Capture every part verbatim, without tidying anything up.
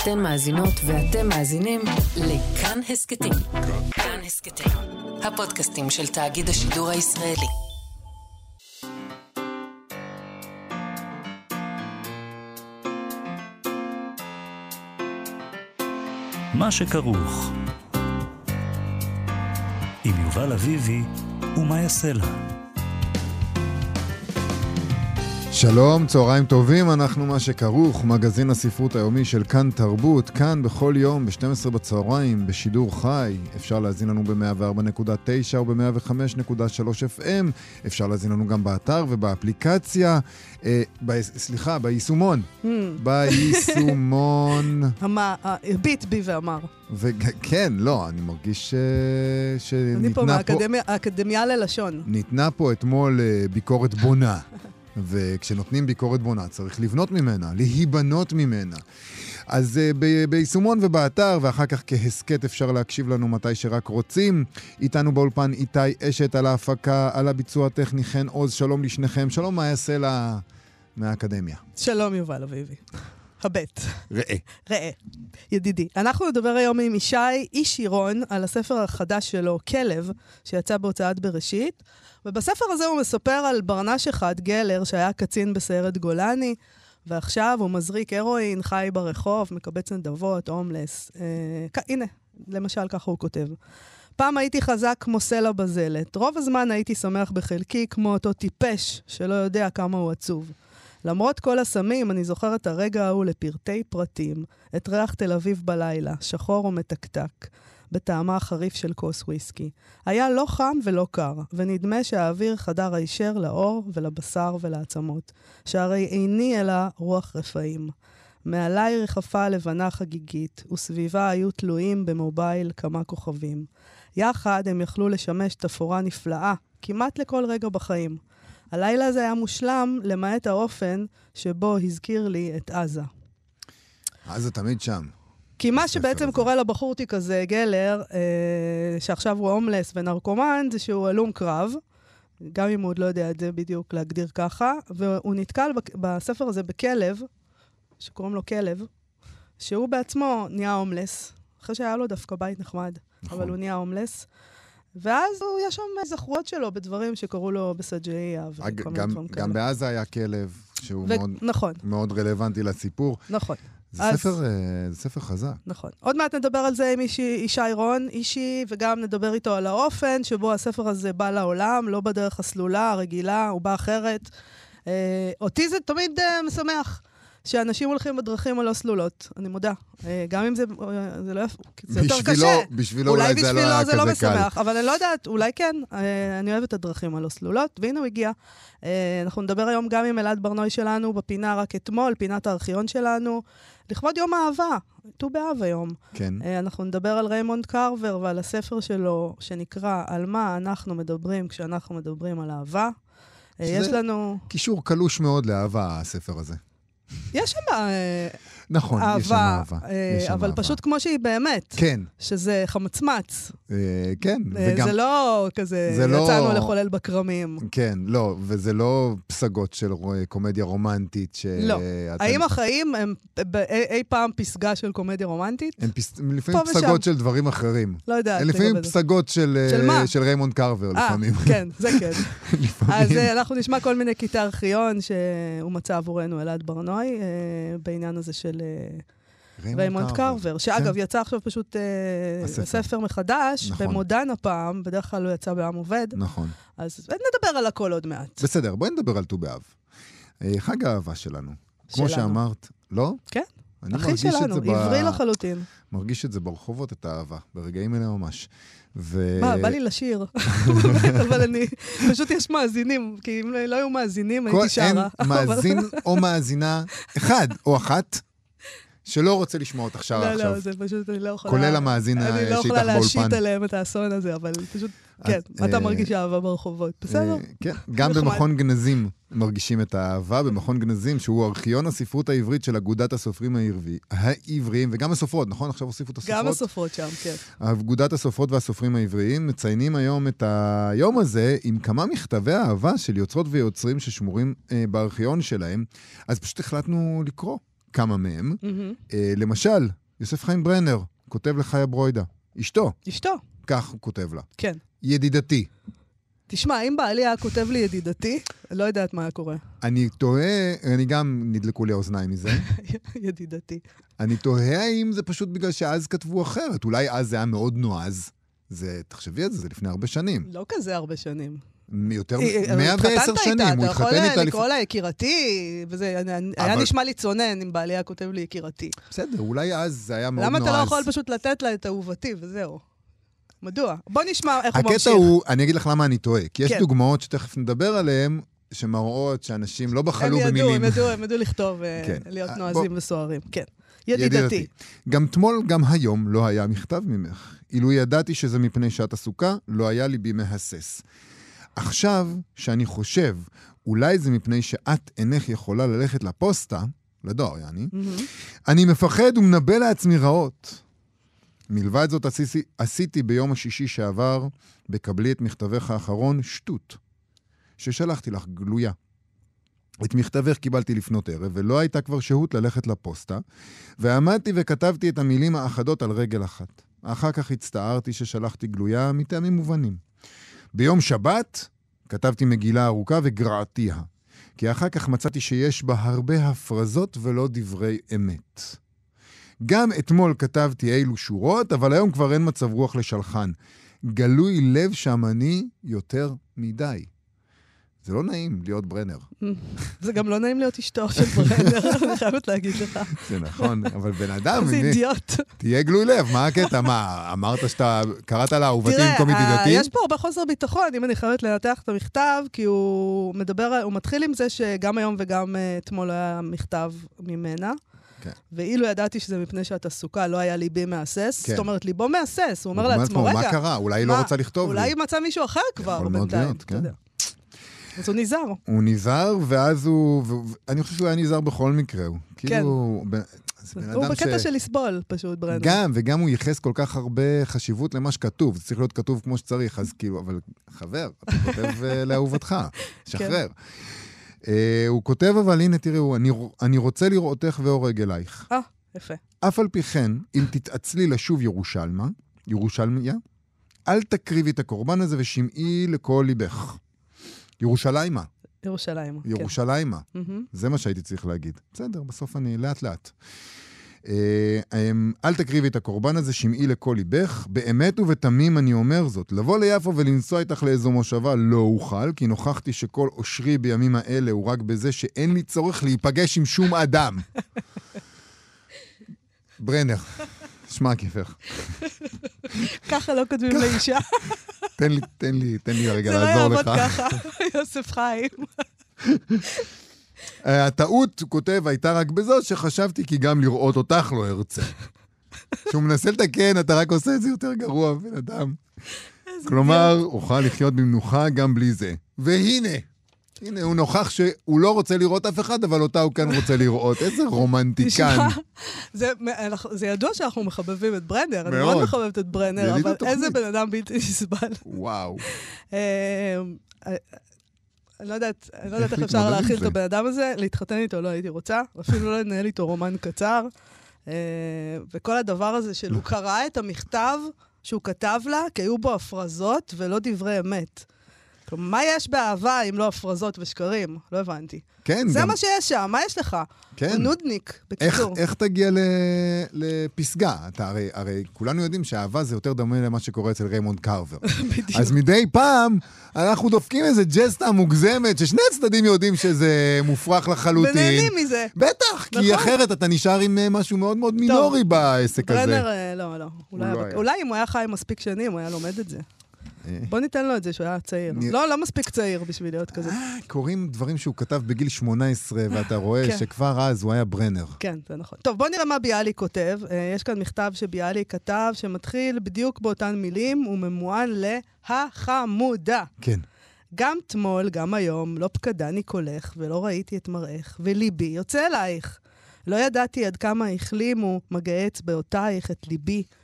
אתן מאזינות ואתם מאזינים לכאן הסקטים. כאן הסקטים, הפודקאסטים של תאגיד השידור הישראלי. מה שכרוך עם יובל אביבי ומה יעשה לה. שלום, צהריים טובים, אנחנו מה שכרוך, מגזין הספרות היומי של כאן תרבות, כאן בכל יום ב-שתים עשרה בצהריים, בשידור חי. אפשר להזין לנו ב-מאה וארבע נקודה תשע או ב-מאה וחמש נקודה שלוש אף אם, אפשר להזין לנו גם באתר ובאפליקציה, אה, ב- סליחה, ביישומון, mm. ביישומון. הביט בי ואמר. וכן, לא, אני מרגיש ש... שניתנה אני פה מהאקדמיה ללשון. ניתנה פה אתמול ביקורת בונה. וכשנותנים ביקורת בונה צריך לבנות ממנה, להיבנות ממנה. אז ב- ביישומון ובאתר, ואחר כך כהסקט אפשר להקשיב לנו מתי שרק רוצים. איתנו באולפן איתי אשת על ההפקה, על הביצוע הטכני, חן עוז, שלום לשניכם. שלום, מה יעשה לה מהאקדמיה? שלום יובל אביבי. הבט. ראה. ראה. ידידי. אנחנו נדבר היום עם ישי איש ירון על הספר החדש שלו, כלב, שיצא בהוצאת בראשית. ובספר הזה הוא מספר על ברנש אחד, גלר, שהיה קצין בסיירת גולני, ועכשיו הוא מזריק הרואין, חי ברחוב, מקבץ נדבות, הומלס. אה, הנה, למשל ככה הוא כותב. פעם הייתי חזק כמו סלע בזלת. רוב הזמן הייתי שמח בחלקי כמו אותו טיפש שלא יודע כמה הוא עצוב. למרות כל הסמים, אני זוכר את הרגע ההוא לפרטי פרטים, את ריח תל אביב בלילה, שחור ומתקתק, בטעמה החריף של כוס וויסקי. היה לא חם ולא קר, ונדמה שהאוויר חדר הישר לאור ולבשר ולעצמות, שהרי איני אלא רוח רפאים. מעליי רחפה לבנה חגיגית, וסביבה היו תלויים במובייל כמה כוכבים. יחד הם יכלו לשמש תפורה נפלאה, כמעט לכל רגע בחיים. הלילה הזה היה מושלם, למעט האופן שבו הזכיר לי את עזה. עזה תמיד שם. כי מה שבעצם קורה לבחורתי כזה, גלר, אה, שעכשיו הוא הומלס ונרקומן, זה שהוא אלום קרב, גם אם הוא עוד לא יודע את זה בדיוק להגדיר ככה, והוא נתקל בספר הזה בכלב, שקוראים לו כלב, שהוא בעצמו נהיה הומלס, אחרי שהיה לו דווקא בית נחמד, נכון. אבל הוא נהיה הומלס, ואז הוא, יש שם זכרויות שלו בדברים שקראו לו בסג'איה. גם, גם בעזה היה כלב, שהוא ו- מאוד, נכון. מאוד רלוונטי לסיפור. נכון. זה, אז, ספר, זה ספר חזק. נכון. עוד מעט נדבר על זה עם אישי, ישי רון, אישי, וגם נדבר איתו על האופן שבו הספר הזה בא לעולם, לא בדרך הסלולה, הרגילה, הוא בא אחרת. אה, אותי זה תמיד אה, משמח. שאנשים הולכים בדרכים הלא סלולות, אני מודה. גם אם זה, זה, לא, זה יותר קשה. בשבילו אולי אולי בשבילו זה לא, זה לא משמח, קל. אבל אני לא יודעת, אולי כן. אני אוהבת את הדרכים הלא סלולות, והנה הוא הגיע. אנחנו נדבר היום גם עם אלעד ברנוי שלנו, בפינה רק אתמול, פינת הארכיון שלנו, לכבוד יום האהבה, ט"ו באב היום. כן. אנחנו נדבר על ריימונד קרבר ועל הספר שלו, שנקרא על מה אנחנו מדברים כשאנחנו מדברים על אהבה. יש לנו... קישור קלוש מאוד לאהבה, הספר הזה. יש שם נכון, אהבה, יש שם אהבה. יש שם אבל אהבה. פשוט כמו שהיא באמת. כן. שזה חמצמץ. כן. וגם, זה לא כזה, זה יצאנו לא, לחולל בקרמים. כן, לא, וזה לא פסגות של קומדיה רומנטית. ש... לא. אתם... האם החיים הם אי פעם פסגה של קומדיה רומנטית? הם פס... לפעמים פסגות ושם. של דברים אחרים. לא יודעת. לפעמים פסגות של, של, uh, של ריימונד קרבר, 아, לפעמים. כן, זה כן. אז uh, אנחנו נשמע כל מיני קטעי ארכיון שהוא מצא עבורנו אלעד ברנוי, uh, בעניין הזה של uh, ריימונד קרבר, שאגב, כן. יצא עכשיו פשוט uh, ספר מחדש, נכון. במודן הפעם, בדרך כלל הוא יצא בעם עובד. נכון. אז נדבר על הכל עוד מעט. בסדר, בואי נדבר על ט"ו באב. חג האהבה שלנו. כמו שלנו. שאמרת, לא? כן. אחי שלנו, עברי ב... לחלוטין. מרגיש את זה ברחובות, את האהבה, ברגעים האלה ממש. ו... מה, בא לי לשיר. אבל אני, פשוט יש מאזינים, כי אם לא היו מאזינים, הייתי שרה. אין מאזין או מאזינה אחד או אחת, שלא רוצה לשמוע אותך שרה עכשיו. לא, לא, זה פשוט, אני לא יכולה... כולל המאזין שאיתך באולפן. אני לא יכולה להשית עליהם את האסון הזה, אבל פשוט, כן, אתה מרגיש אהבה ברחובות. בסדר? כן, גם במכון גנזים מרגישים את האהבה, במכון גנזים, שהוא ארכיון הספרות העברית של אגודת הסופרים העבריים, וגם הסופרות, נכון? עכשיו הוסיפו את הסופרות? גם הסופרות שם, כן. אגודת הסופרות והסופרים העבריים מציינים היום את היום הזה עם כמה מכתבי אהבה של יוצרות ויוצרים ששמורים בארכיון שלהם, אז פשוט החלטנו לקרוא כמה מהם. Mm-hmm. אה, למשל, יוסף חיים ברנר כותב לחיה ברוידה, אשתו. אשתו. כך הוא כותב לה. כן. ידידתי. תשמע, אם בעלי היה כותב לי ידידתי, לא יודעת מה היה קורה. אני תוהה, אני גם נדלקו לי האוזניים מזה. ידידתי. אני תוהה האם זה פשוט בגלל שאז כתבו אחרת. אולי אז זה היה מאוד נועז. זה, תחשבי את זה, זה לפני הרבה שנים. לא כזה הרבה שנים. יותר מאה ועשר שנים. הוא התחתנת איתה, אתה יכול לקרוא לה יקירתי, וזה היה נשמע לי צונן אם בעלי היה כותב לי יקירתי. בסדר, אולי אז זה היה מאוד נועז. למה אתה לא יכול פשוט לתת לה את אהובתי וזהו? מדוע? בוא נשמע איך הוא ממשיך. הקטע הוא, אני אגיד לך למה אני טועה, כי יש דוגמאות שתכף נדבר עליהן, שמראות שאנשים לא בחלו במילים. הם ידעו, הם ידעו לכתוב, להיות נועזים וסוערים. כן. ידידתי. גם תמול, גם היום לא היה מכתב ממך. אילו ידעתי שזה מפני שאת עסוקה, לא היה ליבי מהסס. עכשיו, שאני חושב, אולי זה מפני שאת אינך יכולה ללכת לפוסטה, לדואר, יעני, אני מפחד ומנבא לעצמי רעות. מלבד זאת עשיתי, עשיתי ביום השישי שעבר, בקבלי את מכתבך האחרון, שטות, ששלחתי לך גלויה. את מכתבך קיבלתי לפנות ערב, ולא הייתה כבר שהות ללכת לפוסטה, ועמדתי וכתבתי את המילים האחדות על רגל אחת. אחר כך הצטערתי ששלחתי גלויה מטעמים מובנים. ביום שבת כתבתי מגילה ארוכה וגרעתיה, כי אחר כך מצאתי שיש בה הרבה הפרזות ולא דברי אמת. גם אתמול כתבתי אילו שורות, אבל היום כבר אין מצב רוח לשלחן. גלוי לב שמני יותר מדי. זה לא נעים להיות ברנר. זה גם לא נעים להיות אשתו של ברנר, אני חייבת להגיד לך. זה נכון, אבל בן אדם... זה אידיוט. תהיה גלוי לב, מה הקטע? מה, אמרת שאתה קראת לה אהובתי במקום ידידתי? יש פה הרבה חוסר ביטחון, אם אני חייבת לנתח את המכתב, כי הוא מדבר, הוא מתחיל עם זה שגם היום וגם אתמול היה מכתב ממנה, ואילו ידעתי שזה מפני שאת עסוקה, לא היה ליבי מהסס. זאת אומרת, ליבו מהסס. הוא אומר לעצמו, רגע... מה קרה? אולי היא לא רוצה לכתוב לי. אולי היא מצא מישהו אחר כבר בינתיים. אז הוא נזהר. הוא נזהר, ואז הוא... אני חושב שהוא היה נזהר בכל מקרה. כן. הוא בקטע של לסבול, פשוט, ברנר. גם, וגם הוא ייחס כל כך הרבה חשיבות למה שכתוב. זה צריך להיות כתוב כמו שצריך, אז כאילו, אבל חבר, אתה כותב לאהובתך, שחרר. הוא כותב, אבל הנה תראו, אני רוצה לראותך והורג אלייך. אה, יפה. אף על פי כן, אם תתעצלי לשוב ירושלמה, ירושלמיה, אל תקריבי את הקורבן הזה ושמעי לכל ליבך. ירושלימה. ירושלימה, כן. ירושלימה. זה מה שהייתי צריך להגיד. בסדר, בסוף אני לאט לאט. אל תקריבי את הקורבן הזה, שמעי לכל ליבך. באמת ובתמים אני אומר זאת. לבוא ליפו ולנסוע איתך לאיזו מושבה לא אוכל, כי נוכחתי שכל אושרי בימים האלה הוא רק בזה שאין לי צורך להיפגש עם שום אדם. ברנר, שמע כיפך. ככה לא כותבים לאישה. תן לי, תן לי, תן לי רגע לעזור לך. זה לא יעבוד ככה, יוסף חיים. הטעות, הוא כותב, הייתה רק בזאת שחשבתי כי גם לראות אותך לא ארצה. כשהוא מנסה לתקן, אתה רק עושה את זה יותר גרוע, בן אדם. כלומר, אוכל לחיות במנוחה גם בלי זה. והנה, הנה, הוא נוכח שהוא לא רוצה לראות אף אחד, אבל אותה הוא כאן רוצה לראות. איזה רומנטיקן. זה, זה ידוע שאנחנו מחבבים את ברנר, אני מאוד מחבבת את ברנר, אבל איזה בן אדם בלתי נסבל. וואו. אני לא יודעת, אני לא יודעת איך אפשר להכיל את הבן אדם הזה, להתחתן איתו לא הייתי רוצה, אפילו לא לנהל איתו רומן קצר, וכל הדבר הזה של הוא קרא את המכתב שהוא כתב לה, כי היו בו הפרזות ולא דברי אמת. כלומר, מה יש באהבה אם לא הפרזות ושקרים? לא הבנתי. כן, זה גם... מה שיש שם, מה יש לך? כן. הוא נודניק, בקיצור. איך, איך תגיע ל... לפסגה? אתה, הרי, הרי כולנו יודעים שהאהבה זה יותר דומה למה שקורה אצל ריימונד קרבר. בדיוק. אז מדי פעם אנחנו דופקים איזה ג'סטה מוגזמת, ששני הצדדים יודעים שזה מופרך לחלוטין. ונהנים מזה. בטח, נכון. כי אחרת אתה נשאר עם משהו מאוד מאוד מינורי טוב. בעסק ברנר, הזה. ברנר, לא, לא. אולי, לא היה... אולי אם הוא היה חי מספיק שנים, הוא היה לומד את זה. בוא ניתן לו את זה שהוא היה צעיר. לא, לא מספיק צעיר בשביל להיות כזה. קוראים דברים שהוא כתב בגיל שמונה עשרה, ואתה רואה שכבר אז הוא היה ברנר. כן, זה נכון. טוב, בוא נראה מה ביאליק כותב. יש כאן מכתב שביאליק כתב, שמתחיל בדיוק באותן מילים, וממוען להחמודה. כן. גם תמול, גם היום, לא פקדני קולך, ולא ראיתי את מראך, וליבי יוצא אלייך. לא ידעתי עד כמה החלימו מגעי אצבעותייך את ליבי,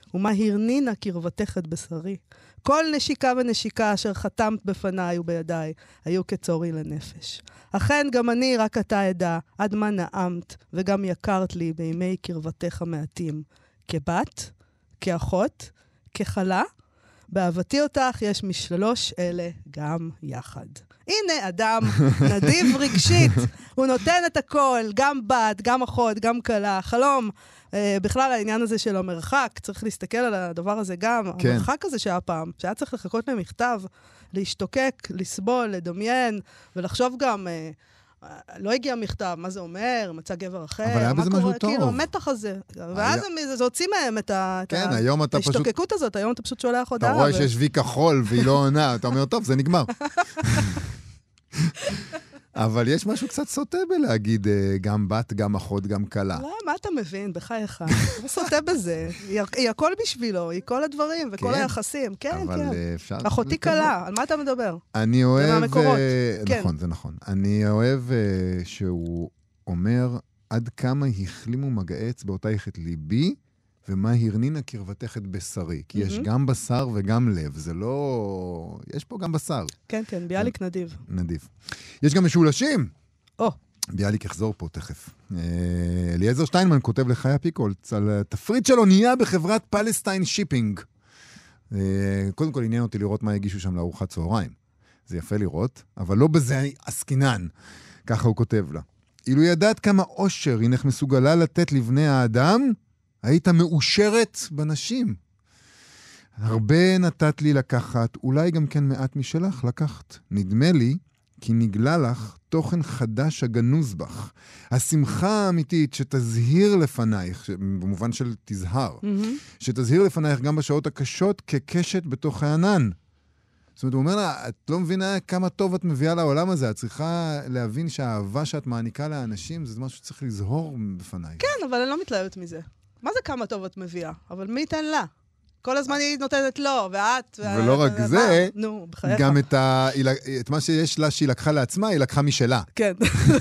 ומה הרנינה קרבתך את בשרי. כל נשיקה ונשיקה אשר חתמת בפניי ובידיי, היו כצורי לנפש. אכן גם אני רק אתה אדע, עד מה נעמת, וגם יקרת לי בימי קרבתך המעטים. כבת, כאחות, כחלה, באהבתי אותך יש משלוש אלה גם יחד. הנה אדם נדיב רגשית, הוא נותן את הכל, גם בת, גם אחות, גם כלה, חלום. אה, בכלל העניין הזה של המרחק, צריך להסתכל על הדבר הזה גם, כן. המרחק הזה שהיה פעם, שהיה צריך לחכות למכתב, להשתוקק, לסבול, לדמיין, ולחשוב גם, אה, לא הגיע מכתב, מה זה אומר, מצא גבר אחר, אבל היה בזה משהו טוב. כאילו, המתח הזה. ואז היה... זה הוציא מהם את ה... כן, את היום אתה פשוט... ההשתוקקות הזאת, היום אתה פשוט שולח הודעה. אתה רואה ו... שיש וי כחול והיא לא עונה, אתה אומר, טוב, זה נגמר. אבל יש משהו קצת סוטה בלהגיד גם בת, גם אחות, גם כלה. לא, מה אתה מבין? בחייך. הוא סוטה בזה. היא הכל בשבילו, היא כל הדברים וכל היחסים. כן, כן. אחותי כלה, על מה אתה מדבר? אני אוהב... מהמקורות. נכון, זה נכון. אני אוהב שהוא אומר עד כמה החלימו מגעי אצבעותייך את ליבי, ומה הרנינה קרבתך את בשרי. כי יש גם בשר וגם לב. זה לא... יש פה גם בשר. כן, כן, ביאליק נדיב. נדיב. יש גם משולשים. או. ביאליק יחזור פה תכף. אליעזר שטיינמן כותב לחיה פיקולץ על תפריט של אונייה בחברת פלסטיין שיפינג. קודם כל עניין אותי לראות מה הגישו שם לארוחת צהריים. זה יפה לראות, אבל לא בזה עסקינן. ככה הוא כותב לה. אילו ידעת כמה אושר הינך מסוגלה לתת לבני האדם, היית מאושרת בנשים. הרבה נתת לי לקחת, אולי גם כן מעט משלך לקחת. נדמה לי כי נגלה לך תוכן חדש הגנוז בך. השמחה האמיתית שתזהיר לפנייך, במובן של תזהר, mm-hmm. שתזהיר לפנייך גם בשעות הקשות כקשת בתוך הענן. זאת אומרת, הוא אומר לה, את לא מבינה כמה טוב את מביאה לעולם הזה, את צריכה להבין שהאהבה שאת מעניקה לאנשים, זה משהו שצריך לזהור בפנייך. כן, אבל אני לא מתלהבת מזה. מה זה כמה טוב את מביאה? אבל מי ייתן לה? כל הזמן היא נותנת לו, ואת... ולא רק זה, נו, בחייך. גם את מה שיש לה שהיא לקחה לעצמה, היא לקחה משלה. כן.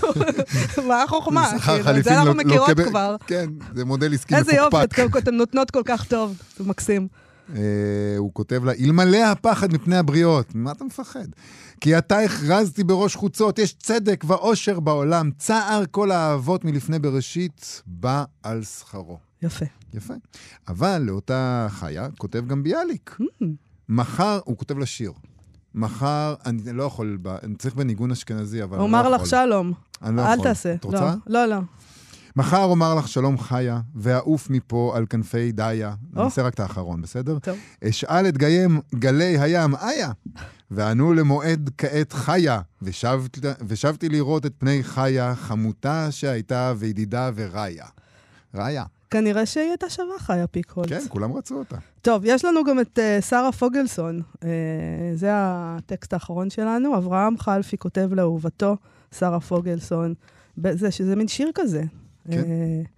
מה החוכמה? את זה אנחנו מכירות כבר. כן, זה מודל עסקי מפוקפק. איזה יופי, אתם נותנות כל כך טוב. זה מקסים. הוא כותב לה, אלמלא הפחד מפני הבריות. מה אתה מפחד? כי אתה הכרזתי בראש חוצות, יש צדק ואושר בעולם, צער כל האהבות מלפני בראשית, בא על שכרו. יפה. יפה. אבל לאותה חיה, כותב גם ביאליק. Mm. מחר, הוא כותב לשיר. מחר, אני לא יכול, אני צריך בניגון אשכנזי, אבל אני לא יכול. אומר לך שלום. אני לא אל יכול. תעשה. את רוצה? לא, לא. מחר אומר לך שלום חיה, והעוף מפה על כנפי דיה. אני אעשה רק את האחרון, בסדר? טוב. אשאל את גיים גלי הים, איה. וענו למועד כעת חיה, ושבת, ושבתי לראות את פני חיה, חמותה שהייתה וידידה וריה. ריה. כנראה שהיא הייתה שווה חיה פיקולץ. כן, כולם רצו אותה. טוב, יש לנו גם את uh, שרה פוגלסון. Uh, זה הטקסט האחרון שלנו. אברהם חלפי כותב לאהובתו, שרה פוגלסון. זה, שזה מין שיר כזה. כן. Uh,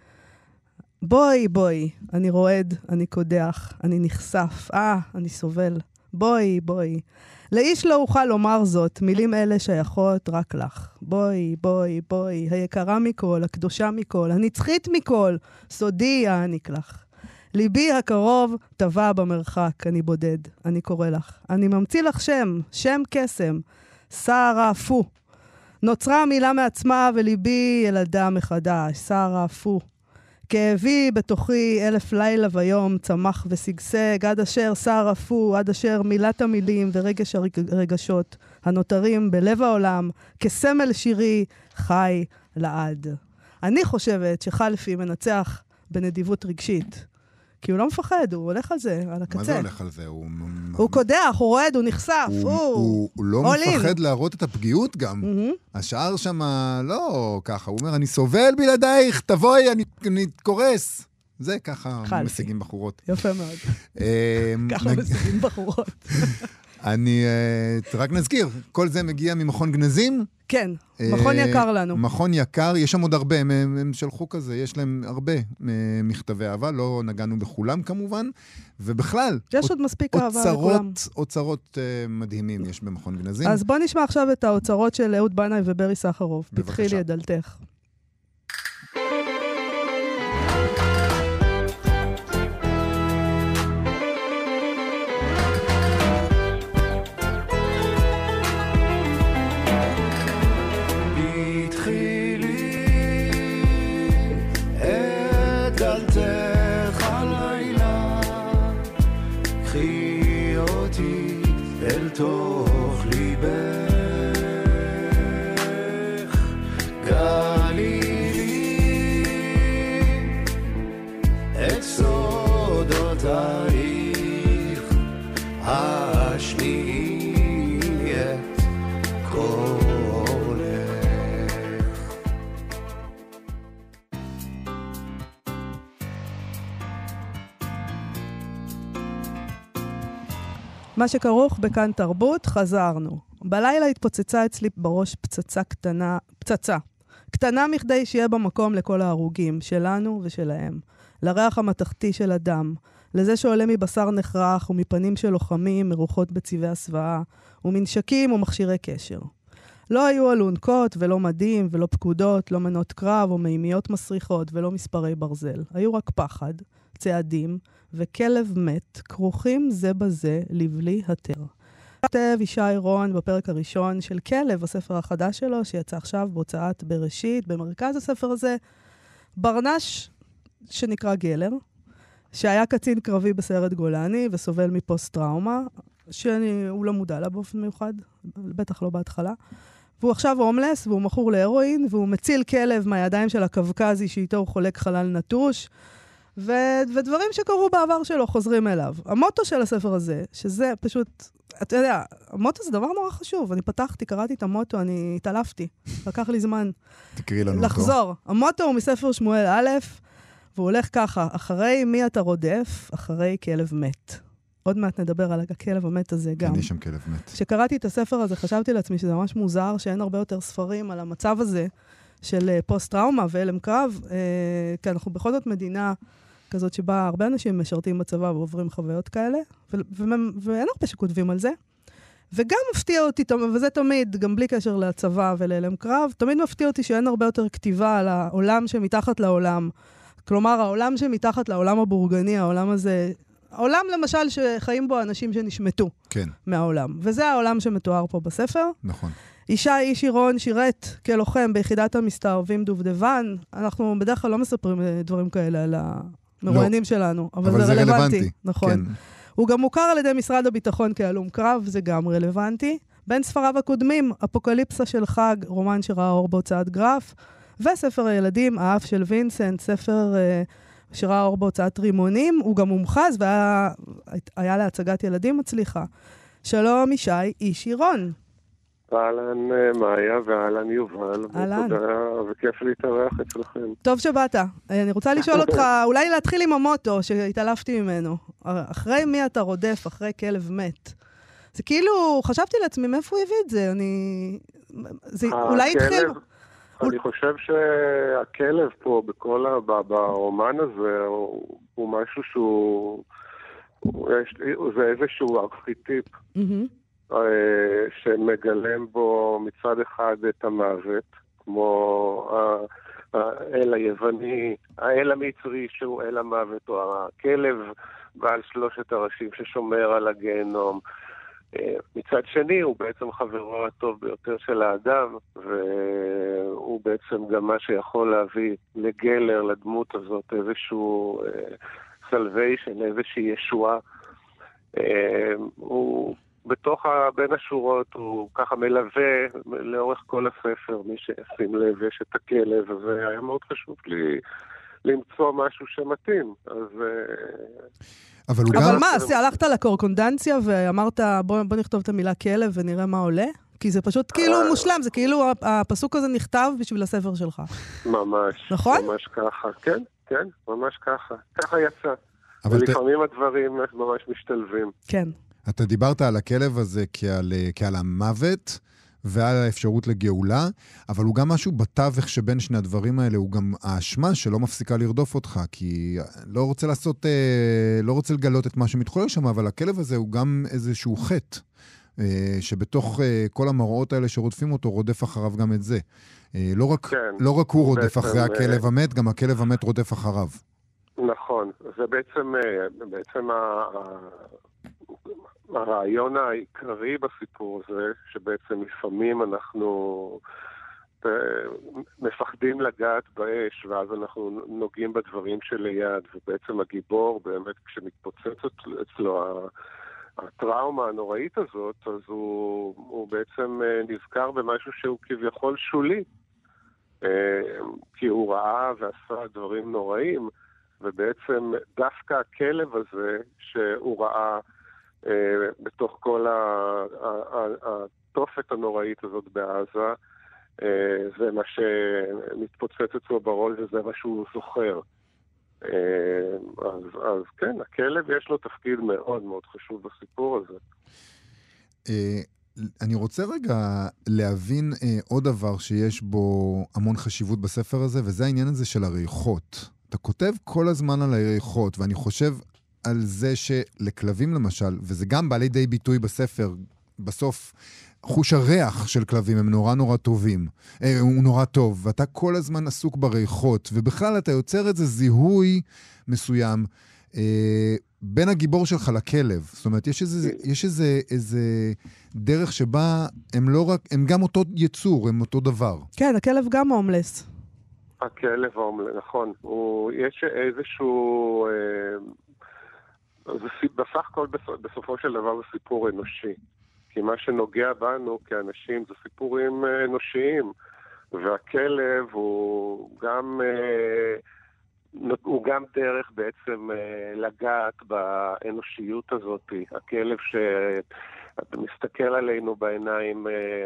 בואי, בואי, אני רועד, אני קודח, אני נחשף, אה, אני סובל. בואי, בואי. לאיש לא אוכל לומר זאת, מילים אלה שייכות רק לך. בואי, בואי, בואי, היקרה מכל, הקדושה מכל, הנצחית מכל, סודי יעניק לך. ליבי הקרוב טבע במרחק, אני בודד, אני קורא לך. אני ממציא לך שם, שם קסם, סערה פו. נוצרה המילה מעצמה וליבי ילדה מחדש, סערה פו. כאבי בתוכי אלף לילה ויום צמח וסגסג, עד אשר סער אפו, עד אשר מילת המילים ורגש הרגשות הנותרים בלב העולם, כסמל שירי חי לעד. אני חושבת שחלפי מנצח בנדיבות רגשית. כי הוא לא מפחד, הוא הולך על זה, על הקצה. מה זה הולך על זה? הוא, הוא קודח, הוא רועד, הוא נחשף. הוא, הוא, הוא, הוא לא עולים. מפחד להראות את הפגיעות גם. Mm-hmm. השאר שם לא ככה. הוא אומר, אני סובל בלעדייך, תבואי, אני, אני קורס. זה ככה חלפי. משיגים בחורות. יפה מאוד. ככה משיגים בחורות. אני רק נזכיר, כל זה מגיע ממכון גנזים. כן, מכון יקר לנו. מכון יקר, יש שם עוד הרבה, הם, הם שלחו כזה, יש להם הרבה מכתבי אהבה, לא נגענו בכולם כמובן, ובכלל, יש עוד מספיק אהבה לכולם. אוצרות מדהימים יש במכון גנזים. אז בוא נשמע עכשיו את האוצרות של אהוד בנאי וברי סחרוף. פתחי לי את דלתך. בתוך ליבך גלי לי את סודותייך השני את קולך. מה שכרוך בכאן תרבות, חזרנו. בלילה התפוצצה אצלי בראש פצצה קטנה, פצצה. קטנה מכדי שיהיה במקום לכל ההרוגים, שלנו ושלהם. לריח המתכתי של אדם, לזה שעולה מבשר נחרח ומפנים של לוחמים מרוחות בצבעי הסוואה, ומנשקים ומכשירי קשר. לא היו אלונקות ולא מדים ולא פקודות, לא מנות קרב או מימיות מסריחות ולא מספרי ברזל. היו רק פחד, צעדים וכלב מת, כרוכים זה בזה לבלי התר. כתב ישי רון בפרק הראשון של כלב, הספר החדש שלו, שיצא עכשיו בהוצאת בראשית. במרכז הספר הזה, ברנש שנקרא גלר, שהיה קצין קרבי בסיירת גולני וסובל מפוסט-טראומה, שהוא לא מודע לה באופן מיוחד, בטח לא בהתחלה. והוא עכשיו הומלס, והוא מכור להרואין, והוא מציל כלב מהידיים של הקווקזי שאיתו הוא חולק חלל נטוש, ו... ודברים שקרו בעבר שלו חוזרים אליו. המוטו של הספר הזה, שזה פשוט, אתה יודע, המוטו זה דבר נורא חשוב. אני פתחתי, קראתי את המוטו, אני התעלפתי. לקח לי זמן תקראי לנו לחזור. אותו. המוטו הוא מספר שמואל א', והוא הולך ככה, אחרי מי אתה רודף? אחרי כלב מת. עוד מעט נדבר על הכלב המת הזה גם. כן, יש שם כלב מת. כשקראתי את הספר הזה, חשבתי לעצמי שזה ממש מוזר, שאין הרבה יותר ספרים על המצב הזה של פוסט-טראומה ואלם קרב, אה, כי אנחנו בכל זאת מדינה כזאת שבה הרבה אנשים משרתים בצבא ועוברים חוויות כאלה, ו- ו- ואין הרבה שכותבים על זה. וגם מפתיע אותי, וזה תמיד, גם בלי קשר לצבא ולאלם קרב, תמיד מפתיע אותי שאין הרבה יותר כתיבה על העולם שמתחת לעולם. כלומר, העולם שמתחת לעולם הבורגני, העולם הזה, העולם למשל שחיים בו אנשים שנשמטו כן. מהעולם. וזה העולם שמתואר פה בספר. נכון. ישי איש עירון שירת כלוחם ביחידת המסתערבים דובדבן. אנחנו בדרך כלל לא מספרים דברים כאלה על המרואיינים לא. שלנו, אבל, אבל זה, זה רלוונטי. רלוונטי. נכון. כן. הוא גם מוכר על ידי משרד הביטחון כהלום קרב, זה גם רלוונטי. בין ספריו הקודמים, אפוקליפסה של חג, רומן שראה אור בהוצאת גרף, וספר הילדים, האף של וינסנט, ספר uh, שראה אור בהוצאת רימונים, הוא גם מומחז והיה להצגת ילדים מצליחה. שלום ישי איש עירון. אהלן מאיה ואהלן יובל. אהלן. ותודה, וכיף להתארח אצלכם. טוב שבאת. אני רוצה לשאול אותך, אולי להתחיל עם המוטו שהתעלפתי ממנו. אחרי מי אתה רודף, אחרי כלב מת. זה כאילו, חשבתי לעצמי, מאיפה הוא הביא את זה? אני... זה אולי התחיל... אני חושב שהכלב פה, בכל ה... ברומן הזה, הוא, הוא משהו שהוא... זה איזשהו ארכיטיפ. Mm-hmm. שמגלם בו מצד אחד את המוות, כמו האל היווני, האל המצרי שהוא אל המוות, או הכלב בעל שלושת הראשים ששומר על הגיהנום. מצד שני, הוא בעצם חברו הטוב ביותר של האדם, והוא בעצם גם מה שיכול להביא לגלר, לדמות הזאת, איזשהו סלוויישן, איזושהי ישועה. הוא בתוך בין השורות, הוא ככה מלווה לאורך כל הספר, מי שישים לב, יש את הכלב, והיה מאוד חשוב לי למצוא משהו שמתאים. אז... אבל, אבל גם... מה, אז הלכת לקורקונדנציה ואמרת, בוא, בוא נכתוב את המילה כלב ונראה מה עולה? כי זה פשוט כאילו מושלם, זה כאילו הפסוק הזה נכתב בשביל הספר שלך. ממש. נכון? ממש ככה, כן, כן, ממש ככה. ככה יצא. ולפעמים ת... הדברים ממש משתלבים. כן. אתה דיברת על הכלב הזה כעל, כעל המוות ועל האפשרות לגאולה, אבל הוא גם משהו בתווך שבין שני הדברים האלה, הוא גם האשמה שלא מפסיקה לרדוף אותך, כי לא רוצה לעשות, לא רוצה לגלות את מה שמתחולל שם, אבל הכלב הזה הוא גם איזשהו חטא, שבתוך כל המראות האלה שרודפים אותו, רודף אחריו גם את זה. לא רק, כן, לא רק הוא רודף אחרי הכלב המת, גם הכלב המת רודף אחריו. נכון, זה בעצם, בעצם ה... הרעיון העיקרי בסיפור הזה, שבעצם לפעמים אנחנו מפחדים לגעת באש, ואז אנחנו נוגעים בדברים שליד, ובעצם הגיבור באמת כשמתפוצץ אצלו הטראומה הנוראית הזאת, אז הוא, הוא בעצם נזכר במשהו שהוא כביכול שולי. כי הוא ראה ועשה דברים נוראים, ובעצם דווקא הכלב הזה שהוא ראה בתוך כל התופת הנוראית הזאת בעזה, זה מה שמתפוצץ אצלו בראש וזה מה שהוא זוכר. אז, אז כן, הכלב יש לו תפקיד מאוד מאוד חשוב בסיפור הזה. אני רוצה רגע להבין עוד דבר שיש בו המון חשיבות בספר הזה, וזה העניין הזה של הריחות. אתה כותב כל הזמן על הריחות, ואני חושב על זה שלכלבים למשל, וזה גם בא לידי ביטוי בספר, בסוף חוש הריח של כלבים הם נורא נורא טובים, אה, הוא נורא טוב, ואתה כל הזמן עסוק בריחות, ובכלל אתה יוצר איזה זיהוי מסוים אה, בין הגיבור שלך לכלב. זאת אומרת, יש איזה, יש איזה, איזה דרך שבה הם לא רק, הם גם אותו יצור, הם אותו דבר. כן, הכלב גם הומלס. הכלב ההומלס, נכון. הוא, יש איזשהו... אה, זה, בסך הכל בסופו של דבר זה סיפור אנושי. כי מה שנוגע בנו כאנשים זה סיפורים אנושיים, והכלב הוא גם, הוא גם דרך בעצם לגעת באנושיות הזאת. הכלב שאתה מסתכל עלינו בעיניים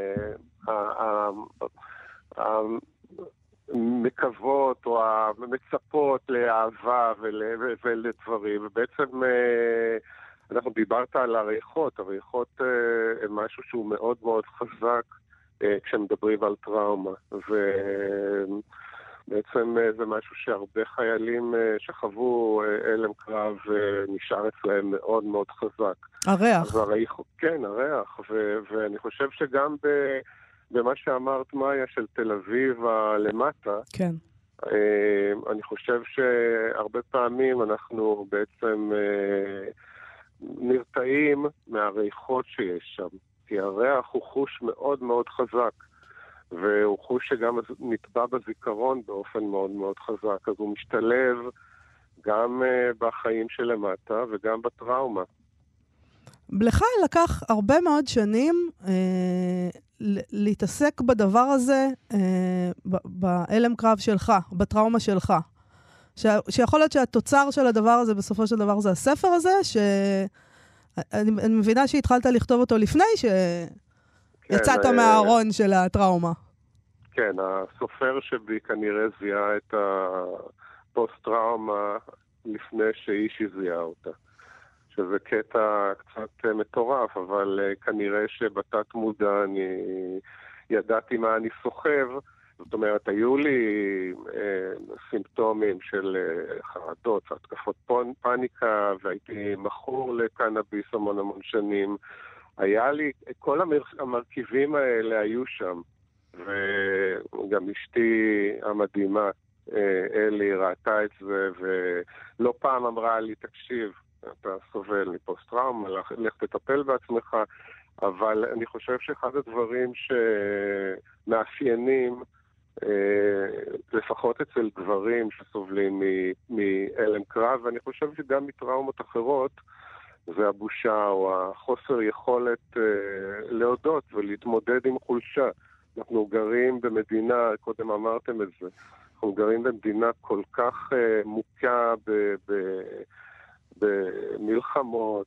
המקוות או המצפות לאהבה ולדברים, ובעצם אנחנו דיברת על הריחות, הריחות הם משהו שהוא מאוד מאוד חזק כשמדברים על טראומה, ובעצם זה משהו שהרבה חיילים שחוו אלם קרב נשאר אצלהם מאוד מאוד חזק. הריח. הריח, כן, הריח, ו- ואני חושב שגם ב- במה שאמרת מאיה של תל אביב הלמטה, כן. אני חושב שהרבה פעמים אנחנו בעצם נרתעים מהריחות שיש שם, כי הריח הוא חוש מאוד מאוד חזק, והוא חוש שגם נטבע בזיכרון באופן מאוד מאוד חזק, אז הוא משתלב גם בחיים שלמטה וגם בטראומה. לך לקח הרבה מאוד שנים אה, להתעסק בדבר הזה, אה, באלם קרב שלך, בטראומה שלך. ש... שיכול להיות שהתוצר של הדבר הזה, בסופו של דבר, זה הספר הזה, שאני אני מבינה שהתחלת לכתוב אותו לפני שיצאת כן, מהארון של הטראומה. כן, הסופר שבי כנראה זיהה את הפוסט-טראומה לפני שאישי זיהה אותה. שזה קטע קצת מטורף, אבל כנראה שבתת מודע אני ידעתי מה אני סוחב. זאת אומרת, היו לי אה, סימפטומים של אה, חרדות, התקפות פאניקה, והייתי מכור לקנאביס המון המון שנים. היה לי, כל המר, המרכיבים האלה היו שם, וגם אשתי המדהימה, אה, אלי, ראתה את זה, ולא פעם אמרה לי, תקשיב, אתה סובל מפוסט-טראומה, לך תטפל בעצמך, אבל אני חושב שאחד הדברים שמאפיינים, לפחות אצל גברים שסובלים מאלם קרב, ואני חושב שגם מטראומות אחרות, זה הבושה או החוסר יכולת להודות ולהתמודד עם חולשה. אנחנו גרים במדינה, קודם אמרתם את זה, אנחנו גרים במדינה כל כך מוכה ב... ב במלחמות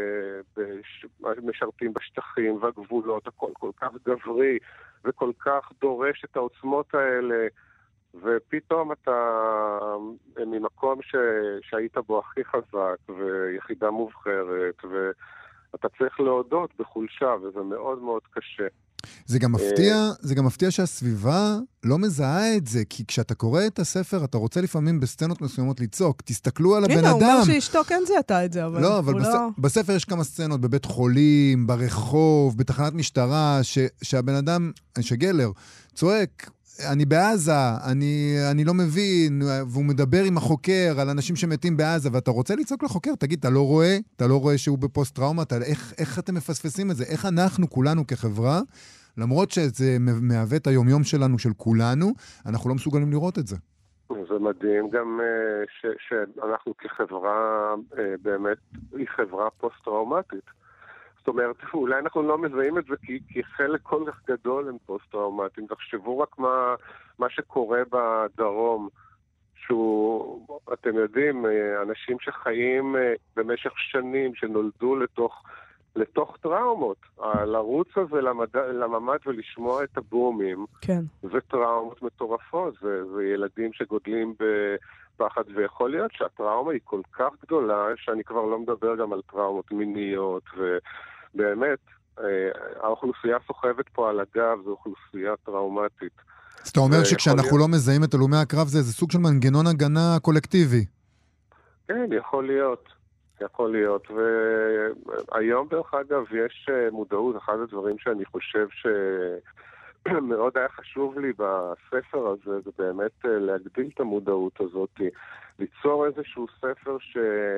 ומשרתים בשטחים והגבולות, הכל כל כך גברי וכל כך דורש את העוצמות האלה, ופתאום אתה ממקום ש... שהיית בו הכי חזק ויחידה מובחרת, ואתה צריך להודות בחולשה, וזה מאוד מאוד קשה. זה גם מפתיע, זה גם מפתיע שהסביבה לא מזהה את זה, כי כשאתה קורא את הספר, אתה רוצה לפעמים בסצנות מסוימות לצעוק, תסתכלו על הבן אדם. הנה, הוא אומר שאשתו כן זיהתה את זה, אבל... לא, אבל בספר יש כמה סצנות, בבית חולים, ברחוב, בתחנת משטרה, שהבן אדם, שגלר, צועק, אני בעזה, אני, אני לא מבין, והוא מדבר עם החוקר על אנשים שמתים בעזה, ואתה רוצה לצעוק לחוקר, תגיד, אתה לא רואה? אתה לא רואה שהוא בפוסט-טראומה? אתה, איך, איך אתם מפספסים את זה? איך אנחנו, כולנו כחברה, למרות שזה מהווה את היומיום שלנו, של כולנו, אנחנו לא מסוגלים לראות את זה. זה מדהים גם ש, שאנחנו כחברה, באמת, היא חברה פוסט-טראומטית. זאת אומרת, אולי אנחנו לא מזהים את זה כי, כי חלק כל כך גדול הם פוסט-טראומטיים. תחשבו רק מה, מה שקורה בדרום, שהוא, אתם יודעים, אנשים שחיים במשך שנים, שנולדו לתוך, לתוך טראומות. לרוץ הזה למד, לממד ולשמוע את הבומים, כן. זה טראומות מטורפות, זה, זה ילדים שגודלים בפחד, ויכול להיות שהטראומה היא כל כך גדולה, שאני כבר לא מדבר גם על טראומות מיניות, ובאמת, האוכלוסייה סוחבת פה על הגב, זו אוכלוסייה טראומטית. אז אתה אומר שכשאנחנו לא מזהים את הלומי הקרב, זה איזה סוג של מנגנון הגנה קולקטיבי. כן, יכול להיות. יכול להיות. והיום, דרך אגב, יש מודעות. אחד הדברים שאני חושב שמאוד היה חשוב לי בספר הזה, זה באמת להגדיל את המודעות הזאת, ליצור איזשהו ספר ש...